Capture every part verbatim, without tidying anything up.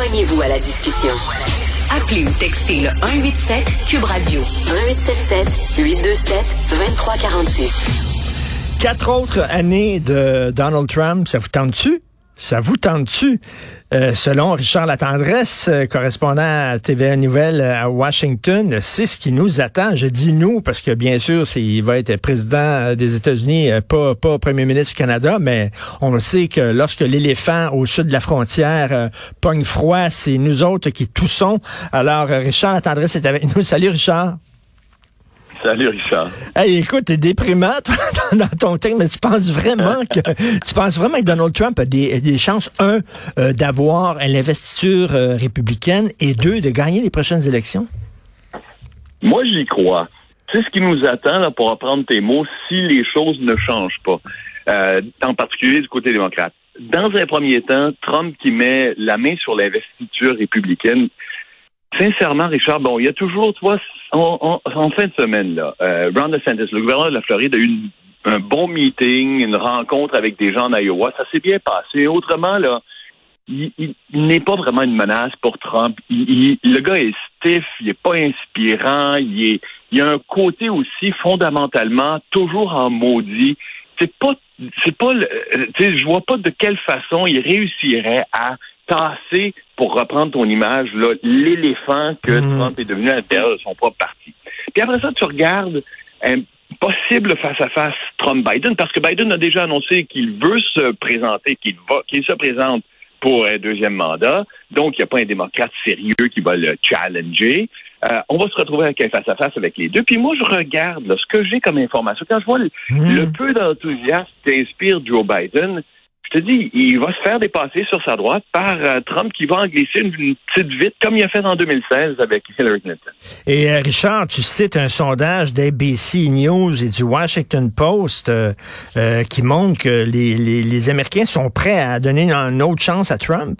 Joignez-vous à la discussion. Appelez ou textez le un huit sept Cube Radio. un huit sept sept huit deux sept deux trois quatre six. Quatre autres années de Donald Trump, ça vous tente-tu? Ça vous tente-tu? Euh, selon Richard Latendresse, euh, correspondant à T V A Nouvelles à Washington, c'est ce qui nous attend. Je dis nous parce que bien sûr, c'est, il va être président des États-Unis, euh, pas, pas premier ministre du Canada, mais on le sait que lorsque l'éléphant au sud de la frontière euh, pogne froid, c'est nous autres qui toussons. Alors, euh, Richard Latendresse est avec nous. Salut Richard. Salut Richard. Hey, écoute, t'es déprimant toi, dans ton texte, mais tu penses vraiment que tu penses vraiment que Donald Trump a des, des chances, un, euh, d'avoir l'investiture euh, républicaine et deux, de gagner les prochaines élections? Moi, j'y crois. C'est ce qui nous attend, là, pour reprendre tes mots, si les choses ne changent pas, euh, en particulier du côté démocrate. Dans un premier temps, Trump qui met la main sur l'investiture républicaine, sincèrement, Richard, bon, il y a toujours, tu vois, en, en, en fin de semaine, là, euh, Ron DeSantis, le gouverneur de la Floride, a eu une, un bon meeting, une rencontre avec des gens en Iowa. Ça s'est bien passé. Autrement, là, il, il, il n'est pas vraiment une menace pour Trump. Il, il, le gars est stiff, il est pas inspirant, il est, il y a un côté aussi fondamentalement toujours en maudit. C'est pas, c'est pas, tu sais, je vois pas de quelle façon il réussirait à tasser, pour reprendre ton image, là, l'éléphant que mmh. Trump est devenu à l'intérieur de son propre parti. Puis après ça, tu regardes un possible face-à-face Trump-Biden, parce que Biden a déjà annoncé qu'il veut se présenter, qu'il va, qu'il se présente pour un deuxième mandat. Donc, il n'y a pas un démocrate sérieux qui va le challenger. Euh, on va se retrouver avec un face-à-face avec les deux. Puis moi, je regarde là, ce que j'ai comme information. Quand je vois le, mmh. le peu d'enthousiasme qu'inspire Joe Biden, je te dis, il va se faire dépasser sur sa droite par euh, Trump qui va en glisser une, une petite vite, comme il a fait en deux mille seize avec Hillary Clinton. Et euh, Richard, tu cites un sondage d'A B C News et du Washington Post euh, euh, qui montre que les, les, les Américains sont prêts à donner une autre chance à Trump.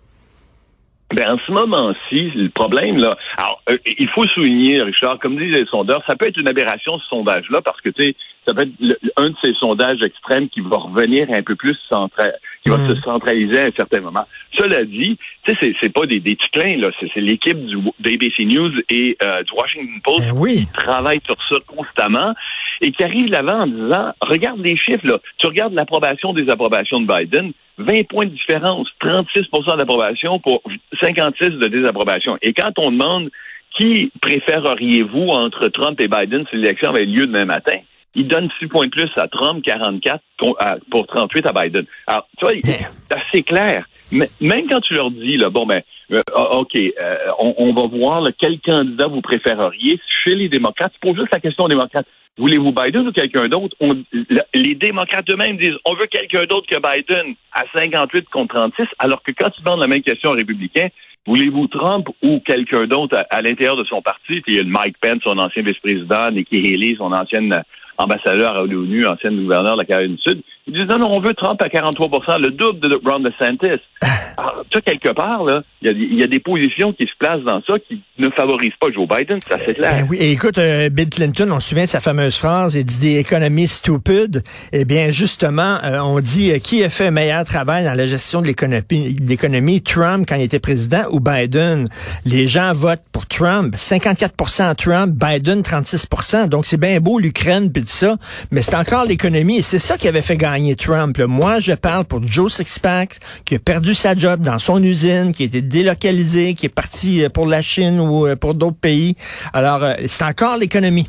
Ben, en ce moment-ci, le problème, là, alors, euh, il faut souligner, Richard, comme disent les sondeurs, ça peut être une aberration, ce sondage-là, parce que, tu sais, ça peut être le, un de ces sondages extrêmes qui va revenir un peu plus central, qui va mmh. se centraliser à un certain moment. Cela dit, tu sais, c'est, c'est pas des, des titulains, là, c'est, c'est l'équipe du d'A B C News et euh, du Washington Post ben oui. qui travaille sur ça constamment et qui arrive l'avant en disant, regarde les chiffres, là, tu regardes l'approbation des approbations de Biden, vingt points de différence, trente-six pour cent d'approbation pour cinquante-six de désapprobation. Et quand on demande qui préféreriez-vous entre Trump et Biden si l'élection avait lieu demain matin, il donne six points de plus à Trump, quarante-quatre pour trente-huit à Biden. Alors, tu vois, c'est assez clair. Mais même quand tu leur dis, là, bon, ben, euh, OK, euh, on, on va voir là, quel candidat vous préféreriez chez les démocrates. Tu poses juste la question aux démocrates. Voulez-vous Biden ou quelqu'un d'autre? On, les démocrates eux-mêmes disent, on veut quelqu'un d'autre que Biden à cinquante-huit contre trente-six, alors que quand tu demandes la même question aux républicains, voulez-vous Trump ou quelqu'un d'autre à, à l'intérieur de son parti? Puis il y a Mike Pence, son ancien vice-président, Nikki Haley, son ancienne ambassadeur à l'ONU, ancienne gouverneur de la Caroline du Sud. Ils disent, non, non, on veut Trump à quarante-trois pour cent, le double de Ron DeSantis. Alors, tu sais, quelque part, là, il y, y a des positions qui se placent dans ça qui ne favorisent pas Joe Biden, ça c'est clair. Euh, oui, et écoute, euh, Bill Clinton, on se souvient de sa fameuse phrase, il dit des économies stupides. Eh bien, justement, euh, on dit, euh, qui a fait un meilleur travail dans la gestion de l'économie, de l'économie, Trump quand il était président ou Biden? Les gens votent pour Trump, cinquante-quatre pour cent Trump, Biden trente-six pour cent. Donc, c'est bien beau l'Ukraine puis tout ça, mais c'est encore l'économie et c'est ça qui avait fait gagner Trump. Là. Moi, je parle pour Joe Sixpack, qui a perdu sa job dans son usine, qui a été délocalisé, qui est parti pour la Chine ou pour d'autres pays. Alors, c'est encore l'économie.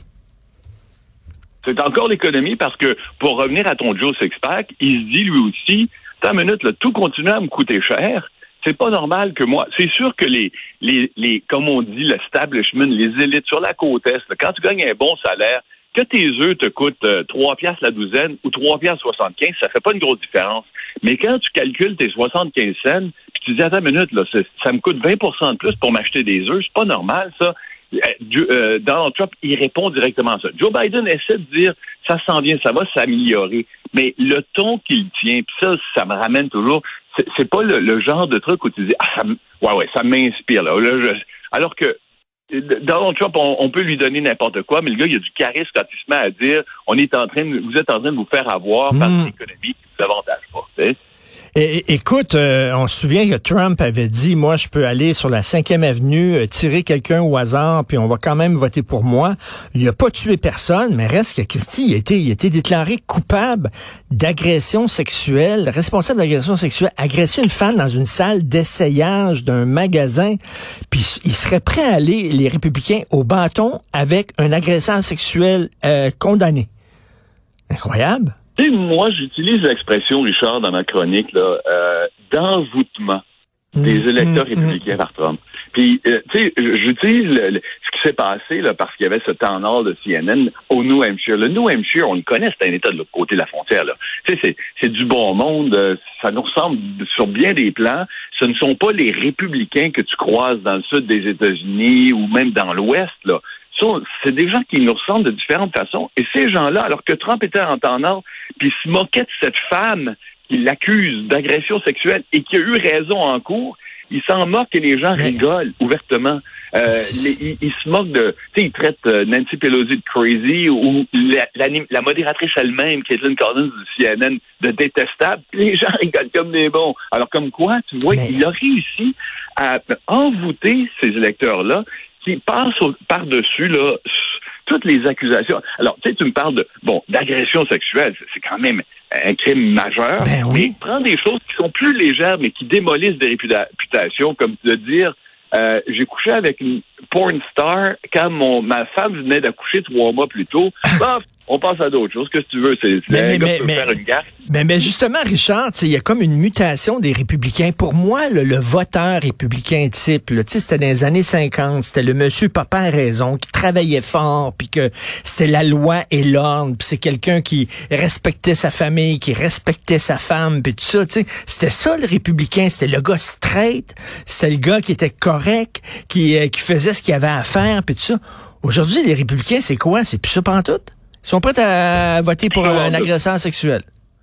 C'est encore l'économie parce que, pour revenir à ton Joe Sixpack, il se dit lui aussi, attends une minute, là, tout continue à me coûter cher. C'est pas normal que moi... C'est sûr que les, les, les comme on dit, l'establishment, les élites sur la côte Est, là, quand tu gagnes un bon salaire, que tes œufs te coûtent euh, trois piastres la douzaine ou trois piastres soixante-quinze, ça fait pas une grosse différence. Mais quand tu calcules tes soixante-quinze cents, puis tu dis, attends une minute, là, ça me coûte vingt pour cent de plus pour m'acheter des œufs, c'est pas normal, ça. Euh, Donald Trump, il répond directement à ça. Joe Biden essaie de dire, ça s'en vient, ça va s'améliorer. Mais le ton qu'il tient, puis ça, ça me ramène toujours, c'est, c'est pas le, le genre de truc où tu dis, ah, ça, ouais, ouais, ça m'inspire, là. là je, alors que Donald Trump, on, on peut lui donner n'importe quoi, mais le gars, il a du charisme quand il se met à dire, on est en train de, vous êtes en train de vous faire avoir par mmh. l'économie qui vous avantage pas, tu sais. É, écoute, euh, on se souvient que Trump avait dit, moi, je peux aller sur la cinquième avenue, euh, tirer quelqu'un au hasard, puis on va quand même voter pour moi. Il a pas tué personne, mais reste que Christy, il a été, il a été déclaré coupable d'agression sexuelle, responsable d'agression sexuelle, agresser une femme dans une salle d'essayage d'un magasin, puis il serait prêt à aller, les républicains, au bâton avec un agresseur sexuel euh, condamné. Incroyable. Tu sais, moi, j'utilise l'expression, Richard, dans ma chronique, là, euh, d'envoûtement des mmh, électeurs mmh, républicains mmh. par Trump. Puis, euh, tu sais, j'utilise le, le, ce qui s'est passé, là, parce qu'il y avait ce temps nord de C N N au New Hampshire. Le New Hampshire, on le connaît, c'est un État de l'autre côté de la frontière, là. Tu sais, c'est, c'est du bon monde, euh, ça nous ressemble sur bien des plans. Ce ne sont pas les républicains que tu croises dans le sud des États-Unis ou même dans l'ouest, là. C'est des gens qui nous ressemblent de différentes façons. Et ces gens-là, alors que Trump était en temps nord, puis il se moquait de cette femme qui l'accuse d'agression sexuelle et qui a eu raison en cours, il s'en moque et les gens rigolent ouvertement. Euh, les, il, il se moque de... Tu sais, il traite euh, Nancy Pelosi de crazy ou la, la, la modératrice elle-même, Caitlin Collins du C N N, de détestable. Les gens rigolent comme des bons. Alors comme quoi, tu vois, Mais... il a réussi à envoûter ces électeurs-là qui passe au, par-dessus là toutes les accusations. Alors, tu sais, tu me parles de bon d'agression sexuelle, c'est quand même un crime majeur. Ben oui. Mais prends des choses qui sont plus légères, mais qui démolissent des réputations, comme de dire euh, j'ai couché avec une porn star quand mon ma femme venait d'accoucher trois mois plus tôt. Bof, on passe à d'autres choses. Qu'est-ce que tu veux? C'est, c'est mais, un mais, gars mais, qui peut mais, faire une gaffe. Mais, mais justement, Richard, il y a comme une mutation des républicains. Pour moi, le, le voteur républicain type, là, c'était dans les années cinquante, c'était le monsieur papa a raison, qui travaillait fort, puis que c'était la loi et l'ordre, puis c'est quelqu'un qui respectait sa famille, qui respectait sa femme, puis tout ça. T'sais, c'était ça le républicain, c'était le gars straight, c'était le gars qui était correct, qui, euh, qui faisait ce qu'il avait à faire, puis tout ça. Aujourd'hui, les républicains, c'est quoi? C'est plus ça pantoute? Ils sont prêts à voter pour un, un agresseur sexuel.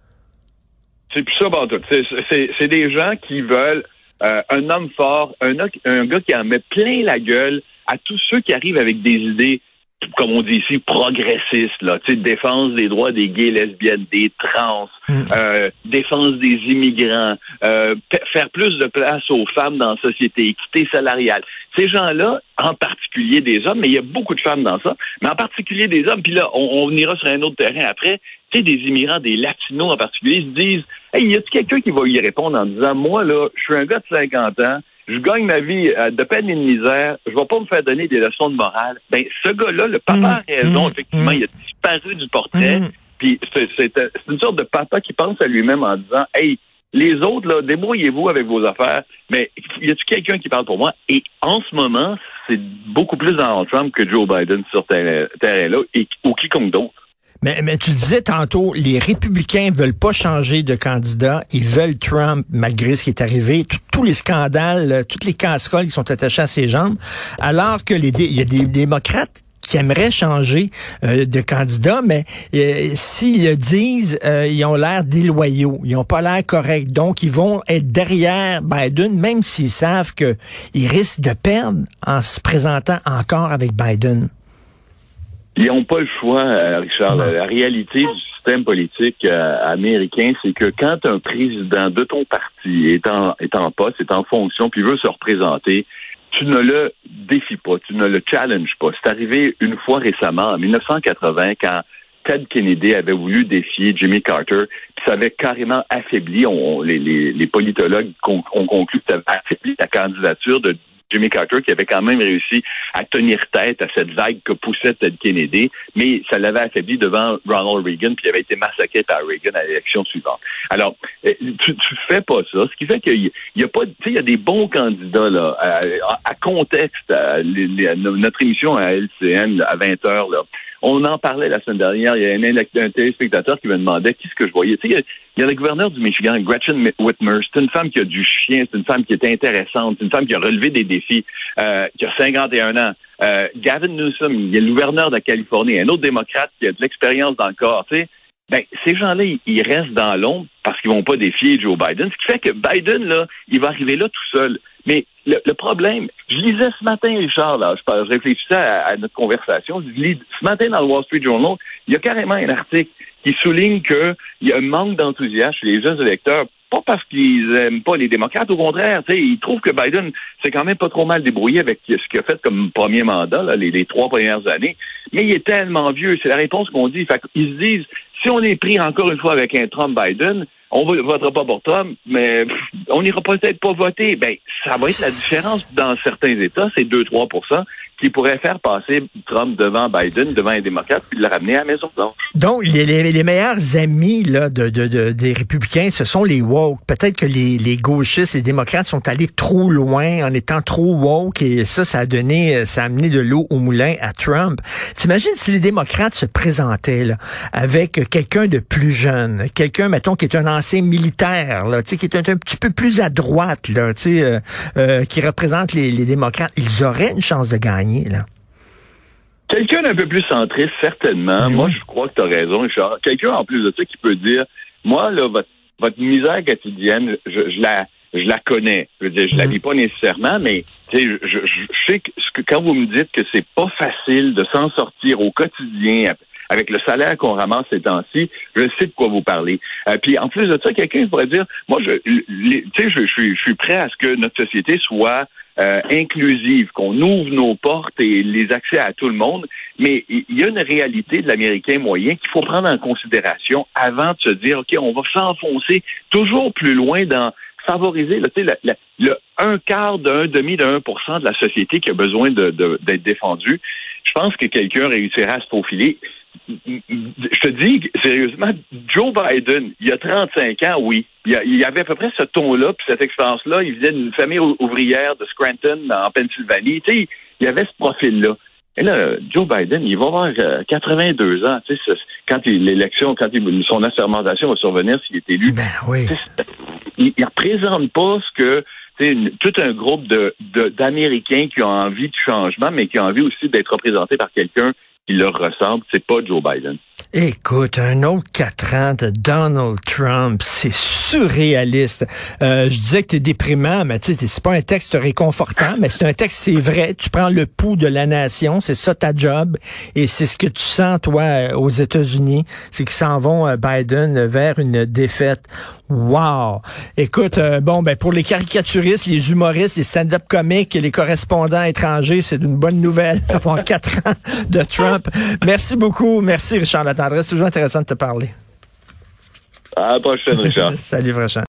C'est plus ça, pantoute. C'est, c'est, c'est des gens qui veulent euh, un homme fort, un, un gars qui en met plein la gueule à tous ceux qui arrivent avec des idées, comme on dit ici, progressistes, là, tu sais, défense des droits des gays, lesbiennes, des trans, mmh. euh, défense des immigrants, euh, p- faire plus de place aux femmes dans la société, équité salariale. Ces gens-là, en particulier des hommes, mais il y a beaucoup de femmes dans ça, mais en particulier des hommes, puis là, on, on ira sur un autre terrain après, tu sais, des immigrants, des latinos en particulier, ils se disent, hey, y a-t-il quelqu'un qui va y répondre en disant, moi, là, je suis un gars de cinquante ans, je gagne ma vie euh, de peine et de misère, je vais pas me faire donner des leçons de morale. Ben, ce gars-là, le papa mmh, a raison, mmh, effectivement, mmh. il a disparu du portrait, mmh. puis c'est, c'est, c'est une sorte de papa qui pense à lui-même en disant, hey, les autres, là, débrouillez-vous avec vos affaires, mais y a-t-il quelqu'un qui parle pour moi? Et en ce moment, c'est beaucoup plus Donald Trump que Joe Biden sur ce terrain-là, et, ou quiconque d'autre. Mais, mais tu disais tantôt, les républicains veulent pas changer de candidat, ils veulent Trump malgré ce qui est arrivé, tout, tous les scandales, toutes les casseroles qui sont attachées à ses jambes, alors que les il y a des démocrates qui aimeraient changer euh, de candidat, mais euh, s'ils le disent, euh, ils ont l'air déloyaux, ils ont pas l'air corrects, donc ils vont être derrière Biden, même s'ils savent que ils risquent de perdre en se présentant encore avec Biden. Ils n'ont pas le choix, Richard. La, la réalité du système politique euh, américain, c'est que quand un président de ton parti est en, est en poste, est en fonction, puis veut se représenter, tu ne le défies pas, tu ne le challenges pas. C'est arrivé une fois récemment, en dix-neuf cent quatre-vingts, quand Ted Kennedy avait voulu défier Jimmy Carter, puis ça avait carrément affaibli, on, les, les, les politologues ont, ont conclu que ça avait affaibli la candidature de Jimmy Carter, qui avait quand même réussi à tenir tête à cette vague que poussait Ted Kennedy, mais ça l'avait affaibli devant Ronald Reagan, puis il avait été massacré par Reagan à l'élection suivante. Alors, tu, tu fais pas ça, ce qui fait qu'il y a pas, tu sais, il y a des bons candidats là, à, à contexte. À, les, les, notre émission à L C N à vingt heures là. On en parlait la semaine dernière. Il y a un, un téléspectateur qui me demandait qu'est-ce que je voyais. Tu sais, il y a, il y a le gouverneur du Michigan, Gretchen Whitmer. C'est une femme qui a du chien. C'est une femme qui est intéressante. C'est une femme qui a relevé des défis, euh, qui a cinquante et un ans. Euh, Gavin Newsom, il est le gouverneur de la Californie. Un autre démocrate qui a de l'expérience dans le corps. Tu sais, ben ces gens-là, ils, ils restent dans l'ombre parce qu'ils vont pas défier Joe Biden. Ce qui fait que Biden, là, il va arriver là tout seul. Mais le, le problème, je lisais ce matin, Richard, là, je, je réfléchissais à, à notre conversation, je lis, ce matin dans le Wall Street Journal, il y a carrément un article qui souligne qu'il y a un manque d'enthousiasme chez les jeunes électeurs pas parce qu'ils aiment pas les démocrates, au contraire, tu sais, ils trouvent que Biden s'est quand même pas trop mal débrouillé avec ce qu'il a fait comme premier mandat, là, les, les trois premières années, mais il est tellement vieux, c'est la réponse qu'on dit. Fait qu'ils se disent, si on est pris encore une fois avec un Trump-Biden, on ne votera pas pour Trump, mais pff, on n'ira peut-être pas voter. Ben, ça va être la différence dans certains États, c'est deux à trois pour cent, qui pourrait faire passer Trump devant Biden, devant un démocrate, puis le ramener à la Maison-Blanche. Donc, les, les, les meilleurs amis là, de, de, de, des républicains, ce sont les woke. Peut-être que les, les gauchistes, les démocrates sont allés trop loin en étant trop woke, et ça, ça a donné, ça a amené de l'eau au moulin à Trump. T'imagines si les démocrates se présentaient là, avec quelqu'un de plus jeune, quelqu'un, mettons, qui est un ancien militaire, là, qui est un, un petit peu plus à droite, là, euh, euh, qui représente les, les démocrates, ils auraient une chance de gagner. Là. Quelqu'un d'un peu plus centriste, certainement. Mmh. Moi, je crois que tu as raison, Richard. Quelqu'un, en plus de ça, qui peut dire, moi, là, votre, votre misère quotidienne, je, je la je la connais. Je veux dire, je mmh. la vis pas nécessairement, mais tu sais, je, je, je sais que, que quand vous me dites que c'est pas facile de s'en sortir au quotidien avec le salaire qu'on ramasse ces temps-ci, je sais de quoi vous parlez. Euh, puis en plus de ça, quelqu'un pourrait dire, moi, je, tu sais, je, je, suis, je suis prêt à ce que notre société soit euh, inclusive, qu'on ouvre nos portes et les accès à tout le monde. Mais il y a une réalité de l'Américain moyen qu'il faut prendre en considération avant de se dire, OK, on va s'enfoncer toujours plus loin dans favoriser, là, tu sais, le, le un quart d'un demi de un pour cent de la société qui a besoin de, de, d'être défendue. Je pense que quelqu'un réussira à se faufiler. Je te dis, sérieusement, Joe Biden, il y a trente-cinq ans, oui, il y avait à peu près ce ton-là, puis cette expérience-là, il venait d'une famille ouvrière de Scranton, en Pennsylvanie, tu sais, il y avait ce profil-là. Et là, Joe Biden, il va avoir quatre-vingt-deux ans, tu sais, quand il, l'élection, quand il, son assermentation va survenir s'il est élu. Ben oui. Il ne représente pas ce que Une, tout un groupe de, de d'Américains qui ont envie de changement, mais qui ont envie aussi d'être représentés par quelqu'un qui leur ressemble. C'est pas Joe Biden. Écoute, un autre quatre ans de Donald Trump, c'est surréaliste. Euh, je disais que t'es déprimant, mais tu sais, c'est pas un texte réconfortant, mais c'est un texte, c'est vrai. Tu prends le pouls de la nation, c'est ça ta job, et c'est ce que tu sens, toi, aux États-Unis, c'est qu'ils s'en vont, euh, Biden, vers une défaite. Wow! Écoute, euh, bon, ben pour les caricaturistes, les humoristes, les stand-up comiques et les correspondants étrangers, c'est une bonne nouvelle d'avoir quatre ans de Trump. Merci beaucoup. Merci, Richard Latendresse. C'est toujours intéressant de te parler. À la prochaine, Richard. Salut, Richard.